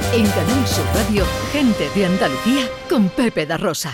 En Canal Sur Radio, Gente de Andalucía con Pepe da Rosa.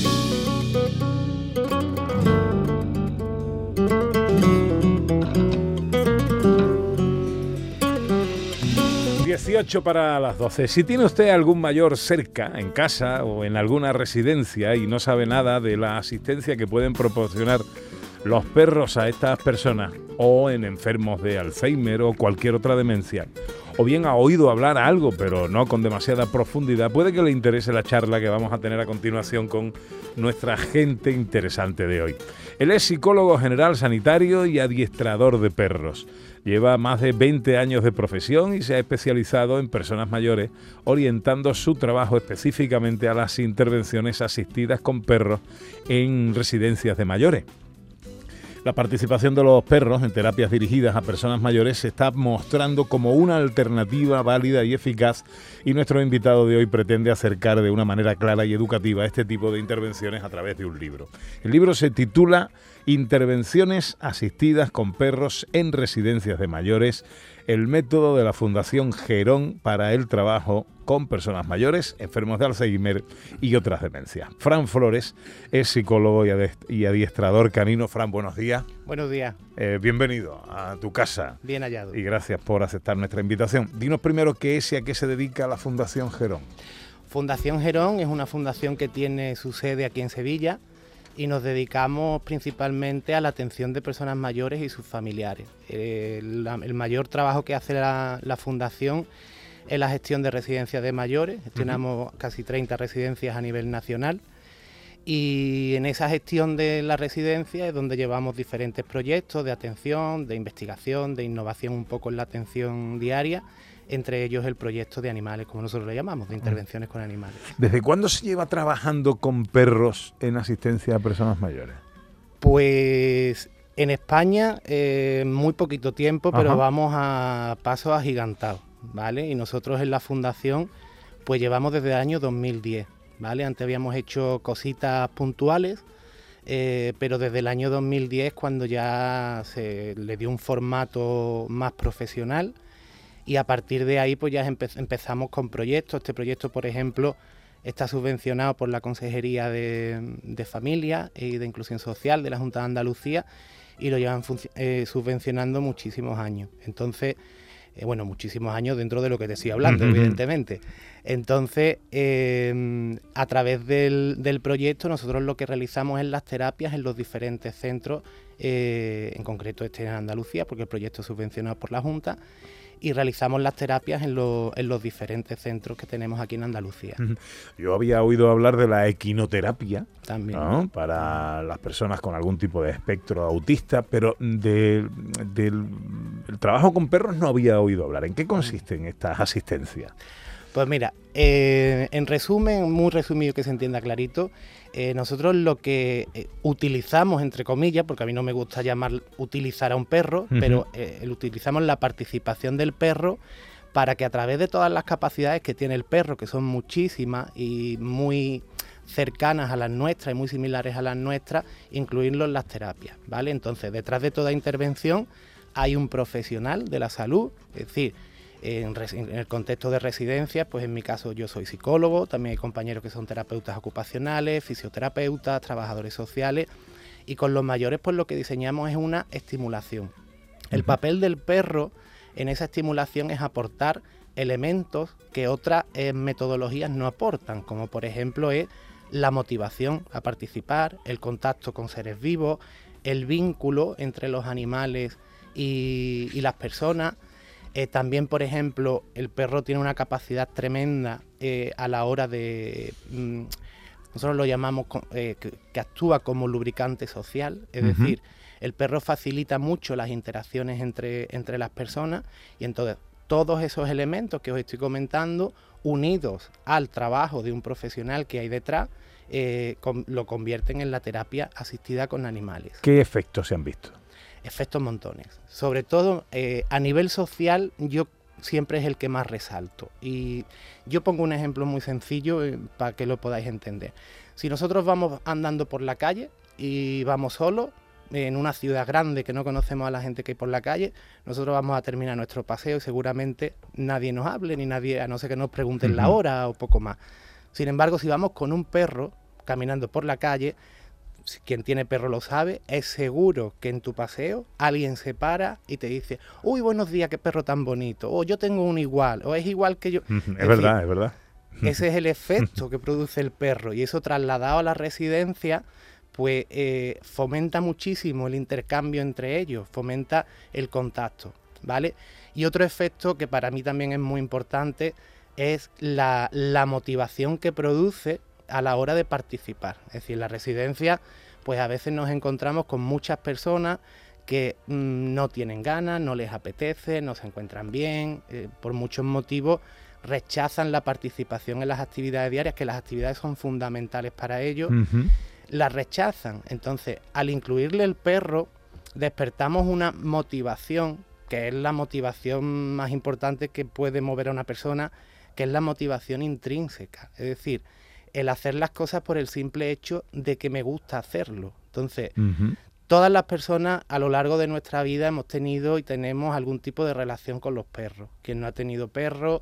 18 para las 12. Si tiene usted algún mayor cerca, en casa o en alguna residencia y no sabe nada de la asistencia que pueden proporcionar los perros a estas personas, o en enfermos de Alzheimer o cualquier otra demencia, o bien ha oído hablar algo pero no con demasiada profundidad, puede que le interese la charla que vamos a tener a continuación con nuestra gente interesante de hoy. Él es psicólogo general sanitario y adiestrador de perros. Lleva más de 20 años de profesión y se ha especializado en personas mayores, orientando su trabajo específicamente a las intervenciones asistidas con perros en residencias de mayores. La participación de los perros en terapias dirigidas a personas mayores se está mostrando como una alternativa válida y eficaz, y nuestro invitado de hoy pretende acercar de una manera clara y educativa este tipo de intervenciones a través de un libro. El libro se titula Intervenciones asistidas con perros en residencias de mayores, el método de la Fundación Gerón para el trabajo con personas mayores, enfermos de Alzheimer y otras demencias. Fran Flores es psicólogo y adiestrador canino. Fran, buenos días. Buenos días. Bienvenido a tu casa. Bien hallado. Y gracias por aceptar nuestra invitación. Dinos primero qué es y a qué se dedica la Fundación Gerón. Fundación Gerón es una fundación que tiene su sede aquí en Sevilla y nos dedicamos principalmente a la atención de personas mayores y sus familiares. El mayor trabajo que hace la fundación es la gestión de residencias de mayores. Gestionamos casi 30 residencias a nivel nacional, y en esa gestión de la residencia es donde llevamos diferentes proyectos de atención, de investigación, de innovación un poco en la atención diaria, entre ellos el proyecto de animales, como nosotros le llamamos, de intervenciones con animales. ¿Desde cuándo se lleva trabajando con perros en asistencia a personas mayores? Pues en España muy poquito tiempo, pero Ajá. vamos a pasos agigantados, ¿vale? Y nosotros en la fundación pues llevamos desde el año 2010, ¿vale? Antes habíamos hecho cositas puntuales, pero desde el año 2010, cuando ya se le dio un formato más profesional, y a partir de ahí pues ya empezamos con proyectos. Este proyecto, por ejemplo, está subvencionado por la Consejería de Familia y de Inclusión Social de la Junta de Andalucía, y lo llevan subvencionando muchísimos años. Entonces, muchísimos años dentro de lo que te estoy hablando, evidentemente. Entonces, a través del proyecto, nosotros lo que realizamos es las terapias en los diferentes centros, en concreto este en Andalucía, porque el proyecto es subvencionado por la Junta, y realizamos las terapias en los diferentes centros que tenemos aquí en Andalucía. Yo había oído hablar de la equinoterapia, También, ¿no?, para las personas con algún tipo de espectro autista, pero del trabajo con perros no había oído hablar. ¿En qué consisten estas asistencias? Pues mira, en resumen, muy resumido, que se entienda clarito, nosotros lo que utilizamos, entre comillas, porque a mí no me gusta utilizar a un perro, pero utilizamos la participación del perro para que, a través de todas las capacidades que tiene el perro, que son muchísimas y muy cercanas a las nuestras y muy similares a las nuestras, incluirlo en las terapias, ¿vale? Entonces, detrás de toda intervención hay un profesional de la salud, es decir, en el contexto de residencias, pues en mi caso yo soy psicólogo, también hay compañeros que son terapeutas ocupacionales, fisioterapeutas, trabajadores sociales, y con los mayores pues lo que diseñamos es una estimulación. El papel del perro en esa estimulación es aportar elementos que otras metodologías no aportan, como por ejemplo es la motivación a participar, el contacto con seres vivos, el vínculo entre los animales y las personas. También, por ejemplo, el perro tiene una capacidad tremenda a la hora de... nosotros lo llamamos que actúa como lubricante social, es decir, el perro facilita mucho las interacciones entre las personas, y entonces todos esos elementos que os estoy comentando, unidos al trabajo de un profesional que hay detrás, lo convierten en la terapia asistida con animales. ¿Qué efectos se han visto? Efectos montones. Sobre todo a nivel social, yo siempre es el que más resalto. Y yo pongo un ejemplo muy sencillo para que lo podáis entender. Si nosotros vamos andando por la calle y vamos solos, en una ciudad grande que no conocemos a la gente que hay por la calle, nosotros vamos a terminar nuestro paseo y seguramente nadie nos hable, ni nadie, a no ser que nos pregunten la hora o poco más. Sin embargo, si vamos con un perro caminando por la calle, quien tiene perro lo sabe, es seguro que en tu paseo alguien se para y te dice: uy, buenos días, qué perro tan bonito, o yo tengo uno igual, o es igual que yo. Es verdad, es verdad. Ese es el efecto que produce el perro, y eso trasladado a la residencia, pues fomenta muchísimo el intercambio entre ellos, fomenta el contacto, ¿vale? Y otro efecto que para mí también es muy importante es la motivación que produce a la hora de participar. Es decir, en la residencia, pues a veces nos encontramos con muchas personas que no tienen ganas, no les apetece, no se encuentran bien, por muchos motivos rechazan la participación en las actividades diarias, que las actividades son fundamentales para ellos, las rechazan. Entonces, al incluirle el perro, despertamos una motivación, que es la motivación más importante que puede mover a una persona, que es la motivación intrínseca. Es decir, el hacer las cosas por el simple hecho de que me gusta hacerlo. Entonces, todas las personas a lo largo de nuestra vida hemos tenido y tenemos algún tipo de relación con los perros. Quien no ha tenido perro,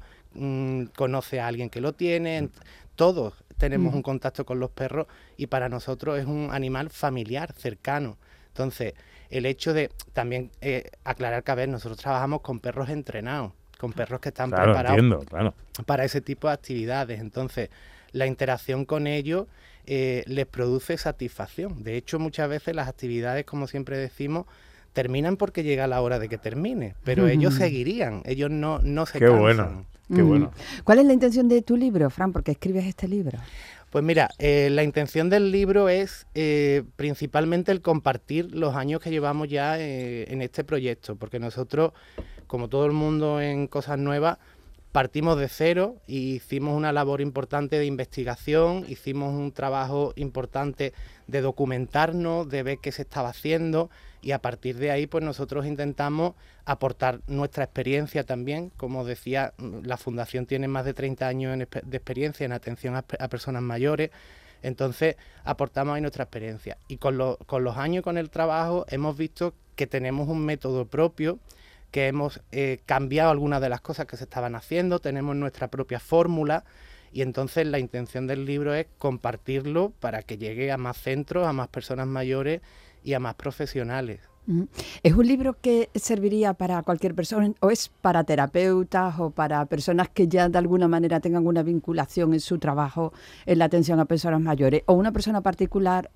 conoce a alguien que lo tiene. Todos tenemos un contacto con los perros y para nosotros es un animal familiar, cercano. Entonces, el hecho de también aclarar que, a ver, nosotros trabajamos con perros entrenados, con perros que están preparados para ese tipo de actividades. Entonces, la interacción con ellos les produce satisfacción. De hecho, muchas veces las actividades, como siempre decimos, terminan porque llega la hora de que termine, pero ellos seguirían, ellos no se cansan. Bueno, qué bueno. ¿Cuál es la intención de tu libro, Fran? ¿Por qué escribes este libro? Pues mira, la intención del libro es principalmente el compartir los años que llevamos ya en este proyecto, porque nosotros, como todo el mundo en Cosas Nuevas, partimos de cero y hicimos una labor importante de investigación, hicimos un trabajo importante de documentarnos, de ver qué se estaba haciendo, y a partir de ahí pues nosotros intentamos aportar nuestra experiencia también. Como decía, la Fundación tiene más de 30 años de experiencia en atención a personas mayores, entonces aportamos ahí nuestra experiencia. Y con los años, con el trabajo, hemos visto que tenemos un método propio, que hemos cambiado algunas de las cosas que se estaban haciendo, tenemos nuestra propia fórmula, y entonces la intención del libro es compartirlo para que llegue a más centros, a más personas mayores y a más profesionales. ¿Es un libro que serviría para cualquier persona o es para terapeutas o para personas que ya de alguna manera tengan una vinculación en su trabajo en la atención a personas mayores? ¿O una persona particular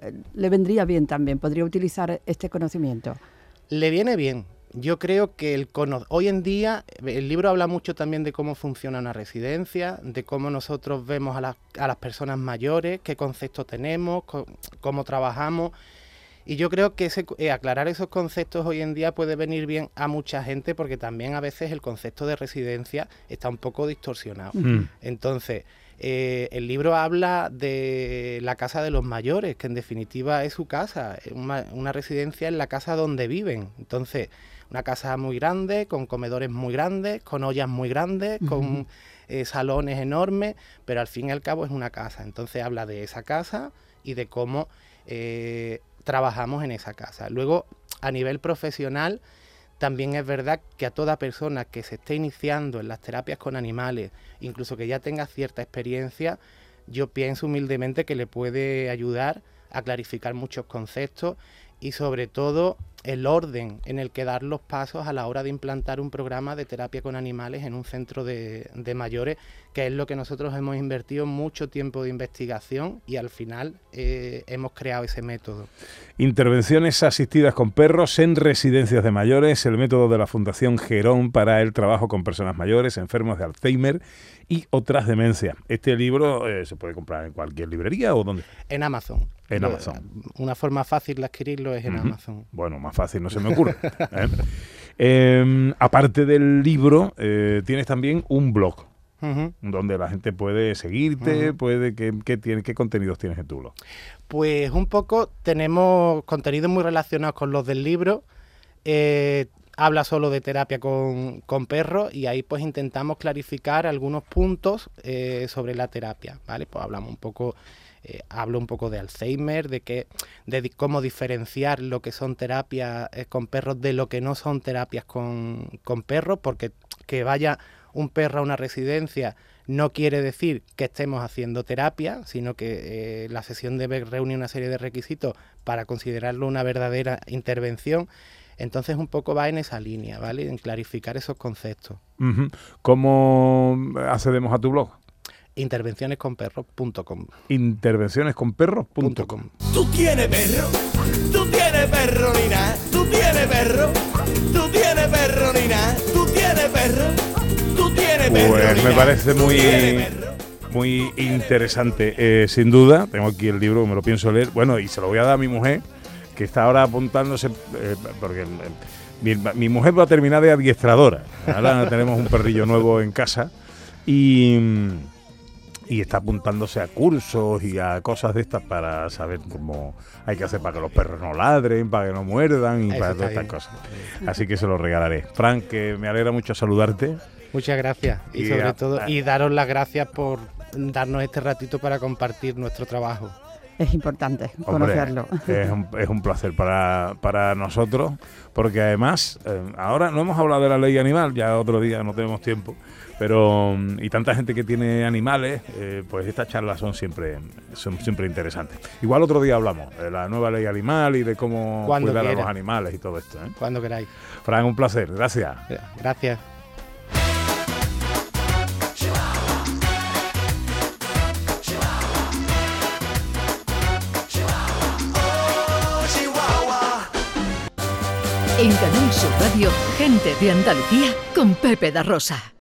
le vendría bien también? ¿Podría utilizar este conocimiento? Le viene bien. Yo creo que hoy en día el libro habla mucho también de cómo funciona una residencia, de cómo nosotros vemos a las personas mayores, qué conceptos tenemos, cómo trabajamos. Y yo creo que aclarar esos conceptos hoy en día puede venir bien a mucha gente, porque también a veces el concepto de residencia está un poco distorsionado. Entonces, el libro habla de la casa de los mayores, que en definitiva es su casa. Una residencia es la casa donde viven. Entonces, una casa muy grande, con comedores muy grandes, con ollas muy grandes, con salones enormes, pero al fin y al cabo es una casa. Entonces habla de esa casa y de cómo trabajamos en esa casa. Luego, a nivel profesional, también es verdad que a toda persona que se esté iniciando en las terapias con animales, incluso que ya tenga cierta experiencia, yo pienso humildemente que le puede ayudar a clarificar muchos conceptos y sobre todo el orden en el que dar los pasos a la hora de implantar un programa de terapia con animales en un centro de mayores, que es lo que nosotros hemos invertido mucho tiempo de investigación y al final hemos creado ese método. Intervenciones asistidas con perros en residencias de mayores, el método de la Fundación Gerón para el trabajo con personas mayores, enfermos de Alzheimer y otras demencias. Este libro se puede comprar en cualquier librería ¿o dónde? En Amazon. En Amazon. Una forma fácil de adquirirlo es en Amazon. Bueno, más fácil no se me ocurre. Aparte del libro, tienes también un blog donde la gente puede seguirte, ¿qué contenidos tienes en tu blog? Pues un poco tenemos contenidos muy relacionados con los del libro. Habla solo de terapia con perros y ahí pues intentamos clarificar algunos puntos sobre la terapia, ¿vale? Pues hablamos un poco hablo un poco de Alzheimer, de cómo diferenciar lo que son terapias con perros de lo que no son terapias con perros, porque que vaya un perro a una residencia no quiere decir que estemos haciendo terapia, sino que la sesión debe reunir una serie de requisitos para considerarlo una verdadera intervención. Entonces un poco va en esa línea, ¿vale? En clarificar esos conceptos. ¿Cómo accedemos a tu blog? Intervencionesconperros.com. Intervencionesconperros.com. Tú tienes perro, ni nada. Tú tienes perro, ni nada. Tú tienes perro. Pues me parece muy interesante, sin duda. Tengo aquí el libro, me lo pienso leer. Bueno, y se lo voy a dar a mi mujer, que está ahora apuntándose, porque mi mujer va a terminar de adiestradora. Ahora tenemos un perrillo nuevo en casa y está apuntándose a cursos y a cosas de estas para saber cómo hay que hacer para que los perros no ladren, para que no muerdan y para todas estas cosas. Así que se lo regalaré. Fran, que me alegra mucho saludarte. Muchas gracias y sobre todo daros las gracias por darnos este ratito para compartir nuestro trabajo. Es importante conocerlo. Es un placer para nosotros, porque además, ahora no hemos hablado de la ley animal, ya otro día no tenemos tiempo, pero y tanta gente que tiene animales, pues estas charlas son siempre interesantes. Igual otro día hablamos de la nueva ley animal y de cómo cuidar a los animales y todo esto. Cuando queráis. Fran, un placer, gracias. Gracias. En Canal Sur Radio, Gente de Andalucía con Pepe da Rosa.